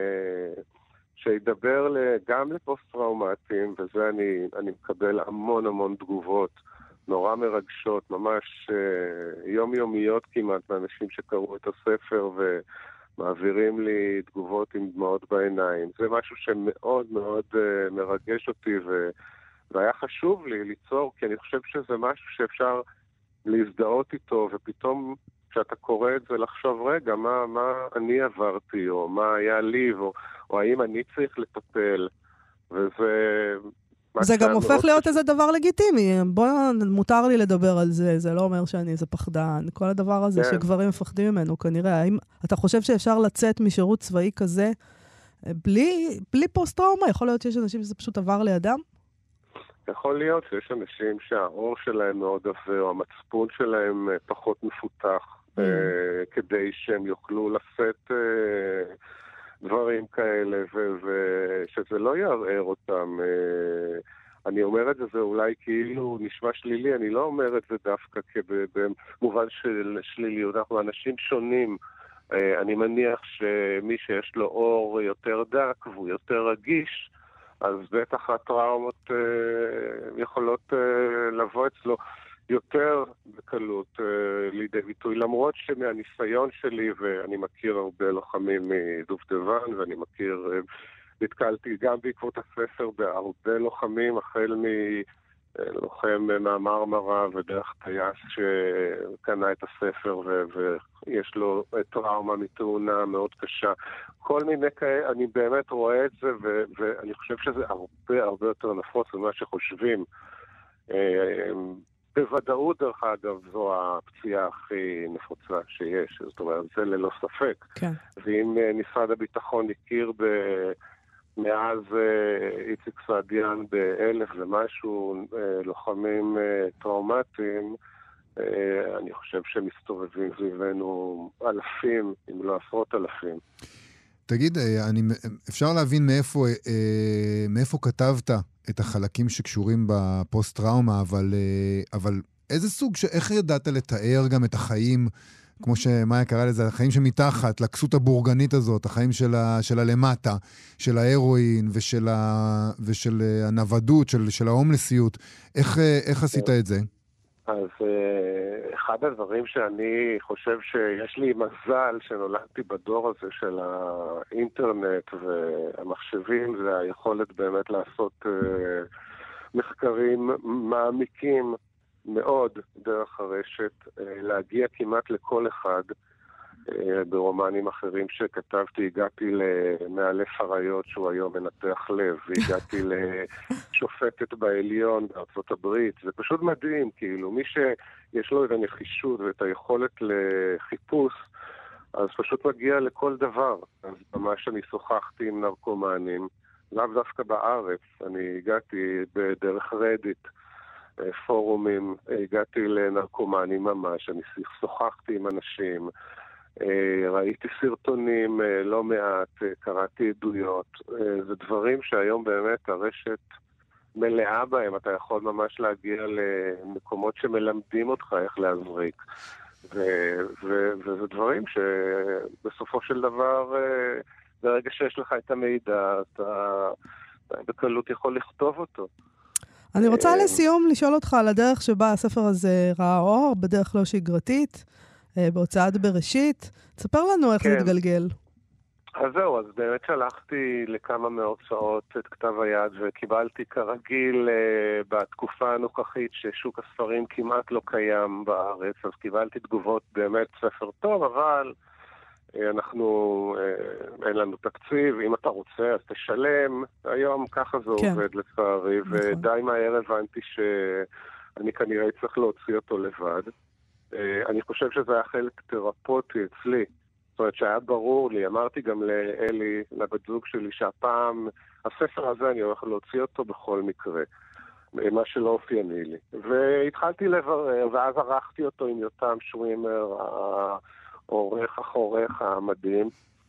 שידבר גם לפוסט-טראומטיים, וזה אני, אני מקבל המון המון תגובות. נורא מרגשות, ממש uh, יומיומיות כמעט, מאנשים שקראו את הספר ומעבירים לי תגובות עם דמעות בעיניים. זה משהו שמאוד מאוד uh, מרגש אותי, ו... והיה חשוב לי ליצור, כי אני חושב שזה משהו שאפשר להזדהות איתו, ופתאום כשאתה קורא את זה לחשוב, רגע, מה, מה אני עברתי, או מה היה לי, או, או האם אני צריך לטפל, וזה... זה גם הופך להיות איזה דבר לגיטימי. בוא, מותר לי לדבר על זה, זה לא אומר שאני איזה פחדן. כל הדבר הזה שגברים מפחדים ממנו, כנראה. האם אתה חושב שאפשר לצאת משירות צבאי כזה בלי, בלי פוסט-טראומה? יכול להיות שיש אנשים שזה פשוט עבר לידם? יכול להיות שיש אנשים שהאור שלהם מאוד עבה, או המצפון שלהם פחות מפותח, כדי שהם יוכלו לשאת דברים כאלה, ושזה לא יערער אותם. אני אומר את זה, זה אולי כאילו נשמע שלילי, אני לא אומר את זה דווקא במובן של שליליות. אנחנו אנשים שונים. אני מניח שמי שיש לו אור יותר דק והוא יותר רגיש, אז בטח הטראומות יכולות לבוא אצלו יותר בקלות לידי ביטוי, למרות שמהניסיון שלי, ואני מכיר הרבה לוחמים מדובדבן, ואני מכיר, נתקלתי גם בעקבות הספר בהרבה לוחמים, החל מלוחם מהמרמרה ודרך טייס שקנה את הספר ויש לו טראומה מתאונה מאוד קשה. כל מיני כאלה, אני באמת רואה את זה, ואני חושב שזה הרבה הרבה יותר נפוץ ממה שחושבים. בוודאות, דרך אגב, זו הפציעה הכי נפוצה שיש. זאת אומרת, זה ללא ספק. כן. ואם משרד הביטחון הכיר ב... מאז איציק סעדיאן באלף ומשהו לוחמים טראומטיים, אני חושב שמסתובבים סביבנו אלפים, אם לא עשרות אלפים. תגיד, אני, אפשר להבין מאיפה, מאיפה כתבת את החלקים שקשורים בפוסט-טראומה, אבל, אבל איזה סוג, איך ידעת לתאר גם את החיים, כמו שמאיה קרא לזה, החיים שמתחת, לכסות הבורגנית הזאת, החיים של, ה, של הלמטה, של ההרואין ושל, ה, ושל הנוודות, של, של ההומלסיות. איך, איך עשית את זה? אז אחד הדברים שאני חושב שיש לי מזל שנולדתי בדור הזה של האינטרנט והמחשבים, זה היכולת באמת לעשות מחקרים מעמיקים מאוד דרך הרשת, להגיע כמעט לכל אחד. ברומנים אחרים שכתבתי, הגעתי למאלף הריות שהוא היום מנתח לב, והגעתי לשופטת בעליון בארצות הברית. זה פשוט מדהים, כאילו, מי שיש לו את הנחישות ואת היכולת לחיפוש, אז פשוט מגיע לכל דבר. אז ממש אני שוחחתי עם נרקומנים, לאו דווקא בארץ, אני הגעתי בדרך רדיט, פורומים, הגעתי לנרקומנים ממש, אני שוחחתי עם אנשים, ראיתי סרטונים לא מעט, קראתי עדויות, זה דברים שהיום באמת הרשת מלאה בהם, אתה יכול ממש להגיע למקומות שמלמדים אותך איך להזריק, וזה דברים שבסופו של דבר, ברגע שיש לך את המידע, אתה בקלות יכול לכתוב אותו. אני רוצה לסיום לשאול אותך על הדרך שבה הספר הזה ראה אור, בדרך לא שגרתית, בהוצאת בראשית. תספר לנו איך זה התגלגל. אז זהו, אז באמת שלחתי לכמה מהוצאות את כתב היד, וקיבלתי כרגיל uh, בתקופה הנוכחית ששוק הספרים כמעט לא קיים בארץ, אז קיבלתי תגובות באמת ספר טוב, אבל uh, אנחנו, uh, אין לנו תקציב, אם אתה רוצה אז תשלם, היום ככה זה כן. עובד לצערי, נכון. ודי מהר הבנתי שאני כנראה צריך להוציא אותו לבד. Uh, אני חושב שזה היה חלק תרפוטי אצלי, זאת אומרת שהיה ברור לי, אמרתי גם לאלי, לבת זוג שלי, שהפעם, הספר הזה אני הולך להוציא אותו בכל מקרה, מה שלא אופייני לי. והתחלתי לברר, ואז ערכתי אותו עם יותם שווימר, העורך החורך המדהים,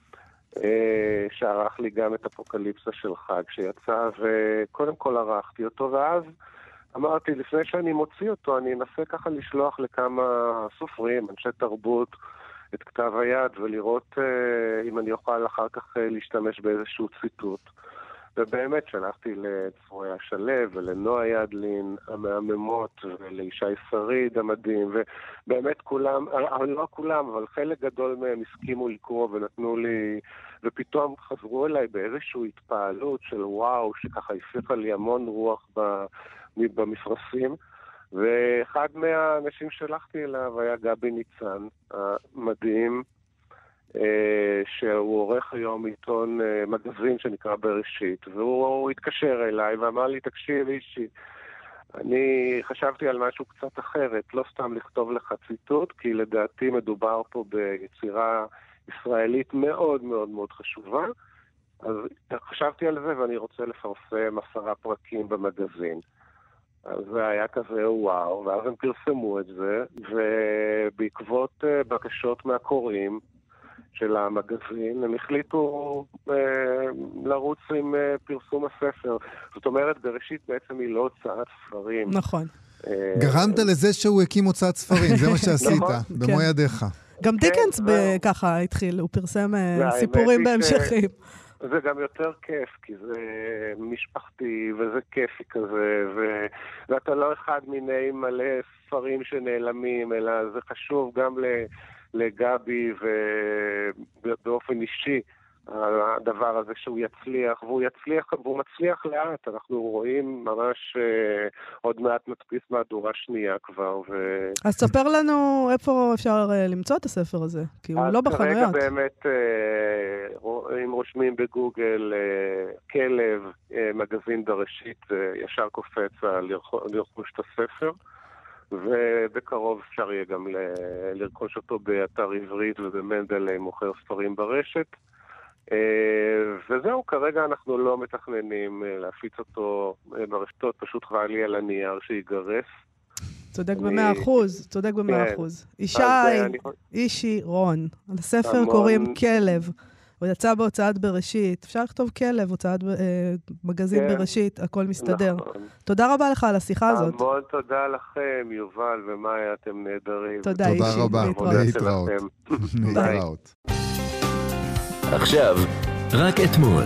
שערך לי גם את אפוקליפסה של חג שיצא, וקודם כל ערכתי אותו, ואז אמרתי, לפני שאני מוציא אותו, אני אנסה ככה לשלוח לכמה סופרים, אנשי תרבות, את כתב היד, ולראות uh, אם אני אוכל אחר כך uh, להשתמש באיזשהו ציטוט. ובאמת שלחתי לצרויה שלו ולנועה ידלין המהממות ולישי שריד המדהים, ובאמת כולם, אבל לא כולם, אבל חלק גדול מהם הסכימו לקרוא ונתנו לי, ופתאום חזרו אליי באיזשהו התפעלות של וואו, שככה הפיחה לי המון רוח במפרשים. ואחד מהאנשים שלחתי אליו היה גבי ניצן, המדהים, שהוא עורך היום עיתון מגזין שנקרא בראשית, והוא התקשר אליי ואמר לי, תקשיב אישי, אני חשבתי על משהו קצת אחרת, לא סתם לכתוב לך ציטוט, כי לדעתי מדובר פה ביצירה ישראלית מאוד מאוד מאוד חשובה, אז חשבתי על זה ואני רוצה לפרסם עשרה פרקים במגזין. אז זה היה כזה וואו, ואז הם פרסמו את זה, ובעקבות בקשות מהקוראים של המגזין, הם החליטו אה, לרוץ עם אה, פרסום הספר. זאת אומרת, בראשית בעצם היא לא הוצאת ספרים. נכון. אה, גרמת לזה שהוא הקים הוצאת ספרים, זה מה שעשית, במו ידיך. גם דיקנס ככה התחיל, הוא פרסם סיפורים בהמשכים. זה גם יותר כיף, כי זה משפחתי, וזה כיפי כזה, ו... ואתה לא אחד מיני מלא ספרים שנעלמים, אלא זה חשוב גם לגבי, ובאופן אישי, הדבר הזה שהוא יצליח, והוא יצליח, והוא מצליח לאט, אנחנו רואים ממש אה, עוד מעט מדפיס מהדורה שנייה כבר. ו... אז תספר לנו איפה אפשר אה, למצוא את הספר הזה, כי הוא לא בחנויות. אז כרגע באמת, אה, אם רושמים בגוגל אה, כלב, אה, מגזין בראשית, אה, ישר קופץ לרכוש את הספר, ובקרוב אפשר יהיה גם ל- לרכוש אותו באתר עברית ובמנדל מוכר ספרים ברשת. וזהו, כרגע אנחנו לא מתכננים להפיץ אותו ברשתות, פשוט חבל לי על הנייר שיגרס. צודק במאה אחוז, צודק במאה אחוז. ישי, אישי רון, על הספר קוראים כלב, הוא יצא בהוצאת בראשית, אפשר לכתוב כלב, הוצאת מגזין בראשית, הכל מסתדר. תודה רבה לך על השיחה הזאת. המון תודה לכם, יובל ומאיה, אתם נהדרים. תודה אישי, להתראות. להתראות. עכשיו, רק אתמול.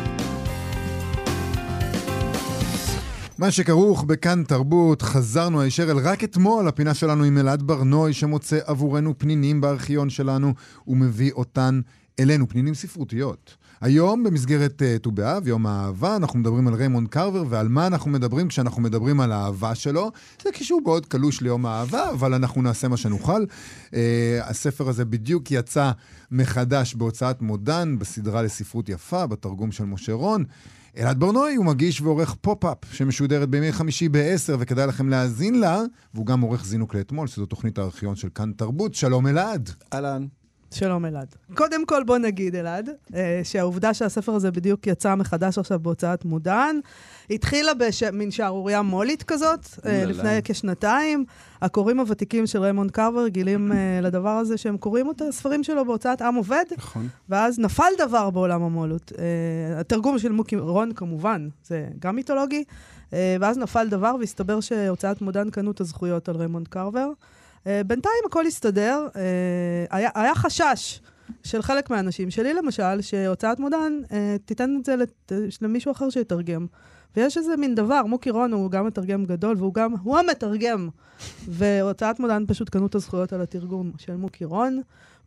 מה שכרוך בכאן תרבות, חזרנו הישר אל רק אתמול, הפינה שלנו עם אלעד ברנוי, שמוצא עבורנו פנינים בארכיון שלנו, ומביא אותן אלינו, פנינים ספרותיות. היום במסגרת ט"ו באב, יום האהבה, אנחנו מדברים על ריימונד קרבר, ועל מה אנחנו מדברים כשאנחנו מדברים על האהבה שלו. זה קישור מאוד קלוש ליום האהבה, אבל אנחנו נעשה מה שנוכל. Uh, הספר הזה בדיוק יצא מחדש בהוצאת מודן, בסדרה לספרות יפה, בתרגום של משה רון. אלעד ברנוי הוא מגיש ועורך פופ-אפ, שמשודרת בימי חמישי בעשר, וכדאי לכם להאזין לה, והוא גם עורך זינוק לאתמול, שזו תוכנית הארכיון של כאן תרבות. שלום אלעד. אהלן. שלום אלעד. קודם כל בוא נגיד אלעד, שהעובדה שהספר הזה בדיוק יצא מחדש עכשיו בהוצאת מודן, התחילה במין שערוריה מולית כזאת, לפני כשנתיים. הקוראים הוותיקים של ריימונד קרבר גילים לדבר הזה שהם קוראים את הספרים שלו בהוצאת עם עובד, נכון. ואז נפל דבר בעולם המולות. התרגום של מוקי רון כמובן, זה גם מיתולוגי, ואז נפל דבר והסתבר שהוצאת מודן קנו את הזכויות על ריימונד קרבר. בינתיים הכל הסתדר, היה, היה חשש של חלק מהאנשים, שלי למשל, שהוצאת מודן תיתן את זה למישהו אחר שיתרגם. ויש איזה מין דבר, מוקי רון הוא גם מתרגם גדול, והוא גם, הוא המתרגם. והוצאת מודן פשוט קנו את הזכויות על התרגום של מוקי רון,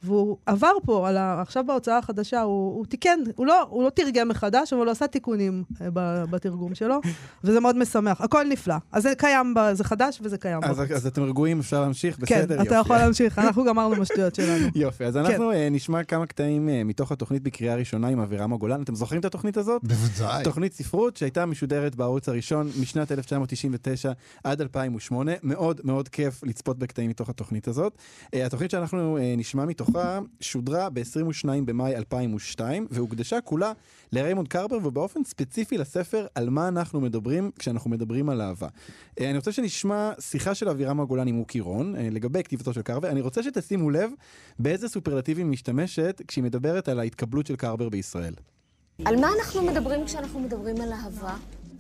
והוא עבר פה, על ה... עכשיו בהוצאה החדשה, הוא, הוא תיקן, הוא לא, הוא לא תרגם מחדש, אבל הוא עשה תיקונים בתרגום שלו, וזה מאוד משמח. הכל נפלא. אז זה קיים, זה חדש וזה קיים. אז, אז אתם רגועים, אפשר להמשיך? כן, בסדר, אתה יופי. יכול להמשיך, אנחנו גמרנו בשטויות שלנו. יופי, אז אנחנו כן. נשמע כמה קטעים מתוך התוכנית בקריאה ראשונה עם אבירם הגולן. אתם זוכרים את התוכנית הזאת? בוודאי. תוכנית ספרות שהייתה משודרת בערוץ הראשון משנת אלף תשע מאות תשעים ותשע עד אלפיים ושמונה. מאוד מאוד כיף לצפות בקטעים מתוך התוכנית הזאת. התוכנית שאנחנו נשמע מתוכה שודרה ב-עשרים ושניים במאי אלפיים ושתיים, והוקדשה כולה לריימונד קרבר, ובאופן ספציפי לספר על מה אנחנו מדברים כשאנחנו מדברים על אהבה. אני רוצה שנשמע שיחה של אבירם הגולן עם מוקי רון, לגבי כתיבתו של קרבר. אני רוצה שתשימו לב באיזה סופרלטיבים משתמשת כשהיא מדברת על ההתקבלות של קרבר בישראל. על מה אנחנו מדברים כשאנחנו מדברים על אהבה?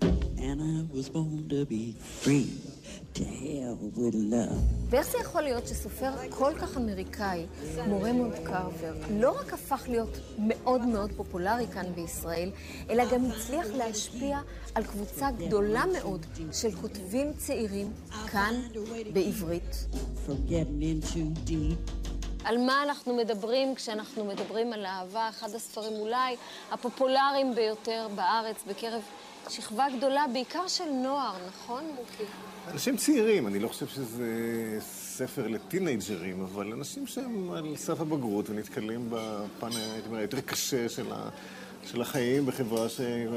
ואיך זה יכול להיות שסופר כל כך אמריקאי, כמו ריימונד קרבר, לא רק הפך להיות מאוד מאוד פופולרי כאן בישראל, אלא גם הצליח להשפיע על קבוצה גדולה מאוד של כותבים צעירים כאן בעברית? על מה אנחנו מדברים כשאנחנו מדברים על אהבה? אחד הספרים אולי הפופולריים ביותר בארץ בקרב שכבה גדולה, בעיקר של נוער, נכון מוקי? אנשים צעירים, אני לא חושב שזה ספר לטינג'רים, אבל אנשים שהם על סף הבגרות ונתקלים בפן היותר קשה של, ה, של החיים בחברה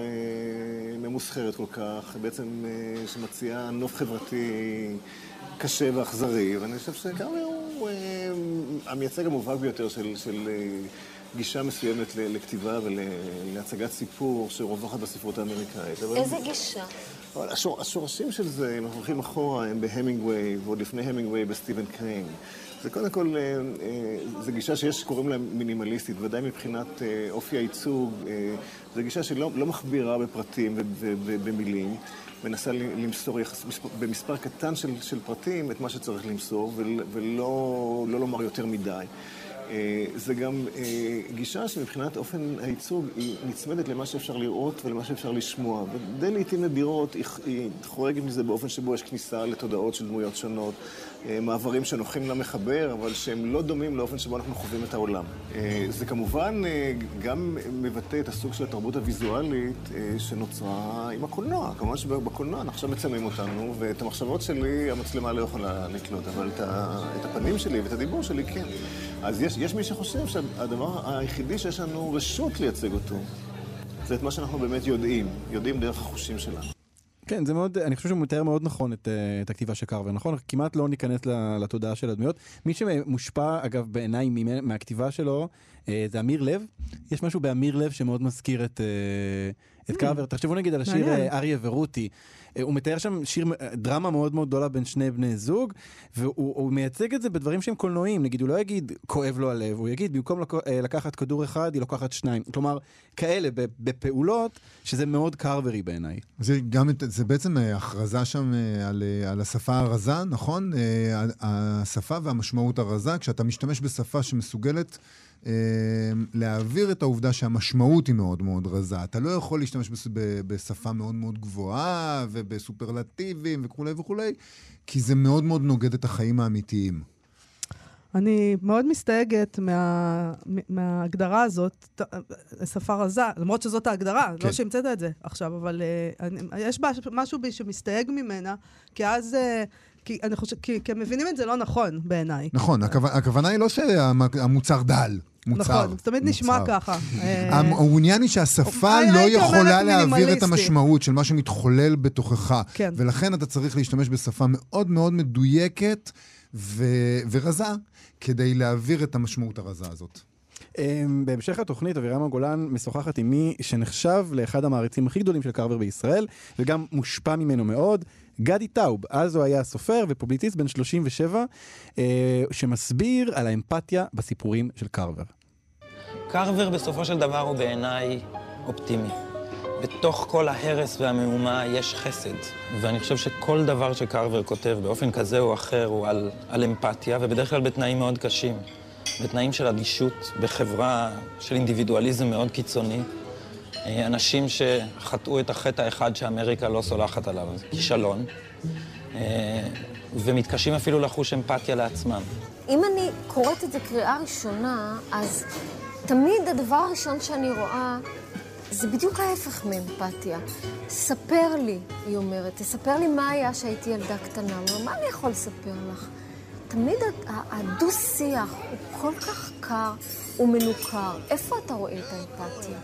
שממוסחרת כל כך, בעצם שמציעה נוף חברתי קשה ואכזרי, ואני חושב שקרבר הוא המייצג המובהק ביותר של, של גישה מסוימת לכתיבה ולהצגת סיפור שרווחת בספרות האמריקאית. איזה גישה? אבל השור, השורשים של זה, אם אנחנו הולכים אחורה, הם בהמינגווי, ועוד לפני המינגווי בסטיבן קינג. זה קודם כל, זו גישה שיש, קוראים לה מינימליסטית, ודאי מבחינת אופי הייצוג. זו גישה שלא לא מחבירה בפרטים ובמילים, מנסה למסור יחס, במספר קטן של, של פרטים את מה שצריך למסור, ולא לא לומר יותר מדי. זה גם גישה שמבחינת אופן הייצוג היא נצמדת למה שאפשר לראות ולמה שאפשר לשמוע. ודי לעתים נדירות היא חורגת מזה באופן שבו יש כניסה לתודעות של דמויות שונות, מעברים שנוחים למחבר, אבל שהם לא דומים לאופן שבו אנחנו חווים את העולם. זה כמובן גם מבטא את הסוג של התרבות הוויזואלית שנוצרה עם הקולנוע. כמובן שבקולנוע אנחנו עכשיו מצלמים אותנו, ואת המחשבות שלי המצלמה לא יכולה לקלוט, אבל את הפנים שלי ואת הדיבור שלי כן. אז יש, יש מי שחושב שהדבר היחידי שיש לנו רשות לייצג אותו, זה את מה שאנחנו באמת יודעים, יודעים דרך החושים שלנו. כן, זה מאוד, אני חושב שהוא מתאר מאוד נכון את, את הכתיבה של קרבר, נכון? כמעט לא ניכנס לתודעה של הדמויות. מי שמושפע, אגב, בעיניי מהכתיבה שלו, זה אמיר לב. יש משהו באמיר לב שמאוד מזכיר את, את קרבר. תחשבו נגיד על השיר אריה ורותי. הוא מתאר שם שיר, דרמה מאוד מאוד גדולה בין שני בני זוג, והוא מייצג את זה בדברים שהם קולנועיים. נגיד, הוא לא יגיד, כואב לו הלב, הוא יגיד, במקום לקחת כדור אחד, היא לוקחת שניים. כלומר, כאלה, בפעולות, שזה מאוד קרברי בעיניי. זה גם, זה בעצם הכרזה שם על, על השפה הרזה, נכון? השפה והמשמעות הרזה, כשאתה משתמש בשפה שמסוגלת להעביר את העובדה שהמשמעות היא מאוד מאוד רזה. אתה לא יכול להשתמש בשפה מאוד מאוד גבוהה ובסופרלטיבים וכולי וכולי, כי זה מאוד מאוד נוגד את החיים האמיתיים. אני מאוד מסתייגת מה, מההגדרה הזאת, שפה רזה, למרות שזאת ההגדרה, כן. לא שהמצאת את זה עכשיו, אבל uh, אני, יש משהו בי שמסתייג ממנה, כי אז... Uh, כי, אני חושב, כי, כי הם מבינים את זה לא נכון בעיניי. נכון, הכוונה, הכוונה היא לא שהמוצר דל. מוצר, נכון, זה תמיד נשמע ככה. העניין היא שהשפה לא יכולה להעביר את המשמעות של מה שמתחולל בתוכך. כן. ולכן אתה צריך להשתמש בשפה מאוד מאוד מדויקת ו- ורזה, כדי להעביר את המשמעות הרזה הזאת. בהמשך התוכנית, אבירם הגולן משוחחת עם מי שנחשב לאחד המעריצים הכי גדולים של קרבר בישראל, וגם מושפע ממנו מאוד, גדי טאוב. אז הוא היה סופר ופובליציסט בן שלושים ושבע, שמסביר על האמפתיה בסיפורים של קרבר. קרבר בסופו של דבר הוא בעיניי אופטימי. בתוך כל ההרס והמהומה יש חסד, ואני חושב שכל דבר שקרבר כותב באופן כזה או אחר הוא על, על אמפתיה, ובדרך כלל בתנאים מאוד קשים. בתנאים של אדישות, בחברה של אינדיבידואליזם מאוד קיצוני. אנשים שחטאו את החטא האחד שאמריקה לא סולחת עליו, כישלון, ומתקשים אפילו לחוש אמפתיה לעצמם. אם אני קוראת את זה קריאה ראשונה, אז תמיד הדבר הראשון שאני רואה, זה בדיוק ההפך מאמפתיה. ספר לי, היא אומרת, תספר לי מה היה שהייתי ילדה קטנה. הוא אומר, מה אני יכול לספר לך? תמיד הדו-שיח הוא כל כך קר ומנוכר. איפה אתה רואה את האמפתיה?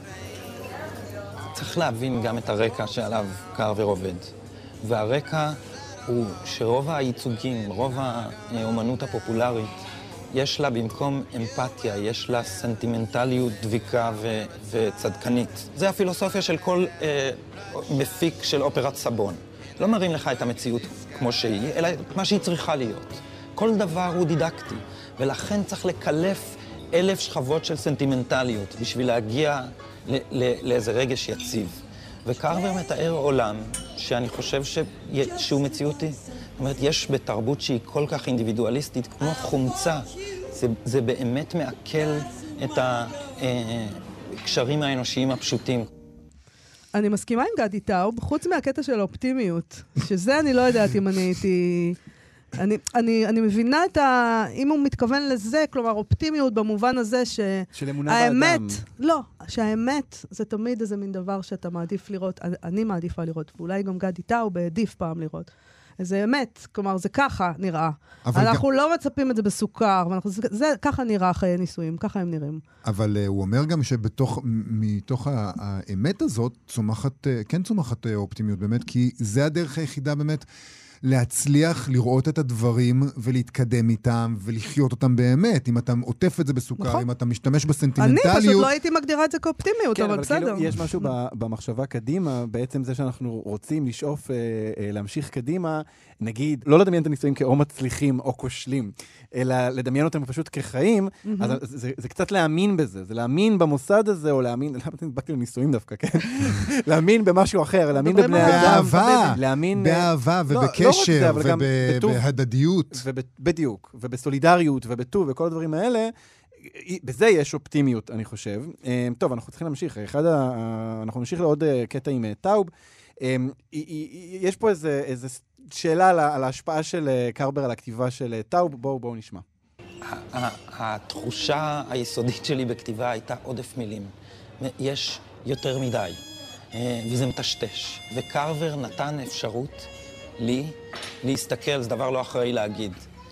צריך להבין גם את הרקע שעליו קרבר עובד. והרקע הוא שרוב הייצוגים, רוב האומנות הפופולרית, יש לה במקום אמפתיה, יש לה סנטימנטליות דביקה ו- וצדקנית. זה הפילוסופיה של כל אה, מפיק של אופרת סבון. לא מראים לך את המציאות כמו שהיא, אלא מה שהיא צריכה להיות. כל דבר הוא דידקטי, ולכן צריך לקלף אלף שכבות של סנטימנטליות בשביל להגיע ל- ל- לאיזה רגש יציב. וקרבר מתאר עולם שאני חושב ש... שהוא מציאותי. זאת אומרת, יש בתרבות שהיא כל כך אינדיבידואליסטית, כמו חומצה. זה, זה באמת מעכל את הקשרים האנושיים הפשוטים. אני מסכימה עם גדי טאוב, חוץ מהקטע של האופטימיות, שזה אני לא יודעת אם אני הייתי... אני, אני, אני מבינה את ה... אם הוא מתכוון לזה, כלומר, אופטימיות במובן הזה ש... של אמונה באדם. לא, שהאמת זה תמיד איזה מין דבר שאתה מעדיף לראות, אני מעדיפה לראות, ואולי גם גדי טאוב העדיף פעם לראות. זה אמת, כלומר, זה ככה נראה. אנחנו גם... לא מצפים את זה בסוכר, ואנחנו... זה, זה ככה נראה חיי נישואים, ככה הם נראים. אבל uh, הוא אומר גם שבתוך, מתוך האמת הזאת, צומחת, כן צומחת אופטימיות באמת, כי זה הדרך היחידה באמת, להצליח לראות את הדברים ולהתקדם איתם ולחיות אותם באמת. אם אתה עוטף את זה בסוכר, נכון. אם אתה משתמש בסנטימנטליות... אני פשוט לא הייתי מגדירה את זה כאופטימיות, כן, אבל, אבל בסדר. כאילו, יש משהו במחשבה קדימה, בעצם זה שאנחנו רוצים לשאוף, אה, אה, להמשיך קדימה, נגיד, לא לדמיין את הניסויים כאו מצליחים או כושלים, אלא לדמיין אותם פשוט כחיים, mm-hmm. אז זה, זה, זה קצת להאמין בזה, זה להאמין במוסד הזה, או להאמין, למה אתם באתי לניסויים דווקא, כן? להאמין במשהו אחר, להאמין בבני אדם. באהבה, להאמין... באהבה ובקשר ובהדדיות. בדיוק, ובסולידריות ובטוב וכל הדברים האלה, בזה יש אופטימיות, אני חושב. טוב, אנחנו צריכים להמשיך. אחד ה... אנחנו נמשיך לעוד קטע עם טאוב. יש פה איזה שאלה על ההשפעה של קרבר על הכתיבה של טאוב. בואו, בואו נשמע. התחושה היסודית שלי בכתיבה הייתה עודף מילים. יש יותר מדי, וזה מטשטש. וקרבר נתן אפשרות לי להסתכל, זה דבר לא אחראי להגיד,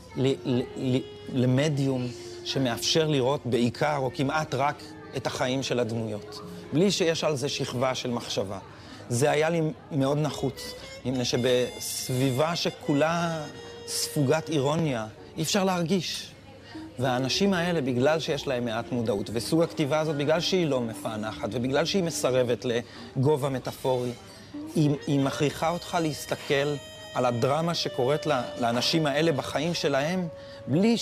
למדיום שמאפשר לראות בעיקר או כמעט רק את החיים של הדמויות, בלי שיש על זה שכבה של מחשבה. זה היה לי מאוד נחוץ, מפני שבסביבה שכולה ספוגת אירוניה, אי אפשר להרגיש. והאנשים האלה, בגלל שיש להם מעט מודעות, וסוג הכתיבה הזאת, בגלל שהיא לא מפענחת, ובגלל שהיא מסרבת לגובה מטאפורי, היא, היא מכריחה אותך להסתכל על הדרמה שקורית לאנשים האלה בחיים שלהם, בלי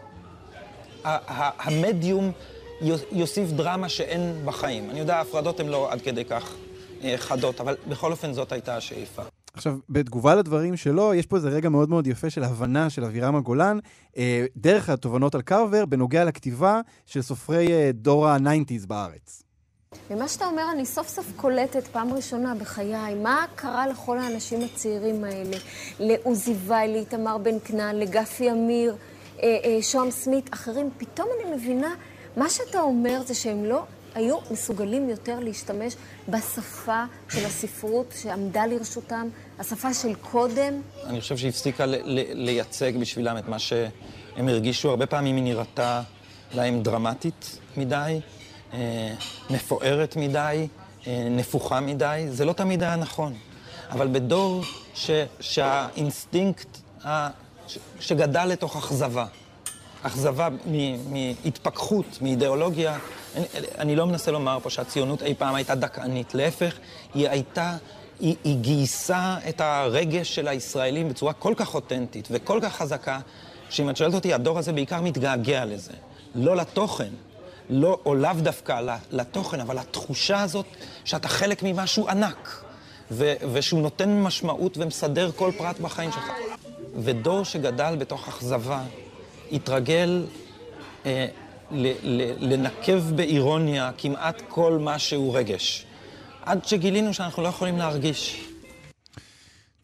שהמדיום יוסיף דרמה שאין בחיים. אני יודע, ההפרדות הן לא עד כדי כך חדות, אבל בכל אופן זאת הייתה השאיפה. עכשיו, בתגובה לדברים שלו, יש פה איזה רגע מאוד מאוד יפה של הבנה של אבירם הגולן, דרך התובנות על קרבר, בנוגע לכתיבה של סופרי דור ה-תשעים בארץ. ומה שאתה אומר, אני סוף סוף קולטת פעם ראשונה בחיי, מה קרה לכל האנשים הצעירים האלה? לעוזי וייל, לאיתמר בן כנען, לגפי אמיר, שוהם סמית, אחרים. פתאום אני מבינה, מה שאתה אומר זה שהם לא היו מסוגלים יותר להשתמש בשפה של הספרות שעמדה לרשותם, השפה של קודם. אני חושב שהפסיקה ל- ל- לייצג בשבילם את מה שהם הרגישו. הרבה פעמים היא נראתה להם דרמטית מדי, אה, מפוארת מדי, אה, נפוחה מדי. זה לא תמיד היה נכון. אבל בדור ש- שהאינסטינקט ה- ש- שגדל לתוך אכזבה, אכזבה מהתפכחות, מאידיאולוגיה, אני, אני לא מנסה לומר פה שהציונות אי פעם הייתה דכאנית. להפך, היא הייתה, היא, היא גייסה את הרגש של הישראלים בצורה כל כך אותנטית וכל כך חזקה, שאם את שואלת אותי, הדור הזה בעיקר מתגעגע לזה. לא לתוכן, לא, או לאו דווקא לתוכן, אבל התחושה הזאת שאתה חלק ממשהו ענק, ו, ושהוא נותן משמעות ומסדר כל פרט בחיים שלך. ודור שגדל בתוך אכזבה, התרגל אה, ל, ל, לנקב באירוניה כמעט כל מה שהוא רגש. עד שגילינו שאנחנו לא יכולים להרגיש.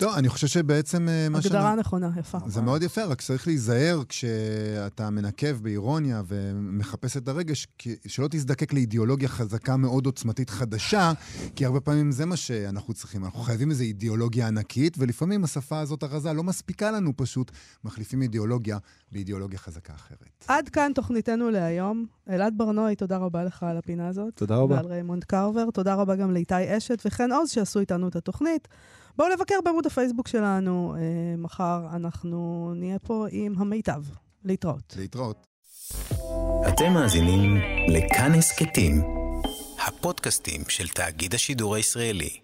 לא, אני חושב שבעצם מה הגדרה נכונה, יפה. זה מאוד יפה, רק צריך להיזהר כשאתה מנקב באירוניה ומחפש את הרגש, שלא תזדקק לאידיאולוגיה חזקה מאוד עוצמתית חדשה, כי הרבה פעמים זה מה שאנחנו צריכים. אנחנו חייבים איזו אידיאולוגיה ענקית, ולפעמים השפה הזאת הרזה לא מספיקה לנו פשוט, מחליפים אידיאולוגיה באידיאולוגיה חזקה אחרת. עד כאן תוכניתנו להיום. אלעד ברנועי, תודה רבה לך על הפינה הזאת. תודה רבה. ועל ריימונד קרבר. תודה רבה גם לאיתי אשת וחן עוז שעשו איתנו את התוכנית. בואו לבקר בעמוד הפייסבוק שלנו. אה, מחר אנחנו נהיה פה עם המיטב. להתראות. להתראות. אתם מאזינים לכאן הסכתים, הפודקאסטים של תאגיד השידור הישראלי.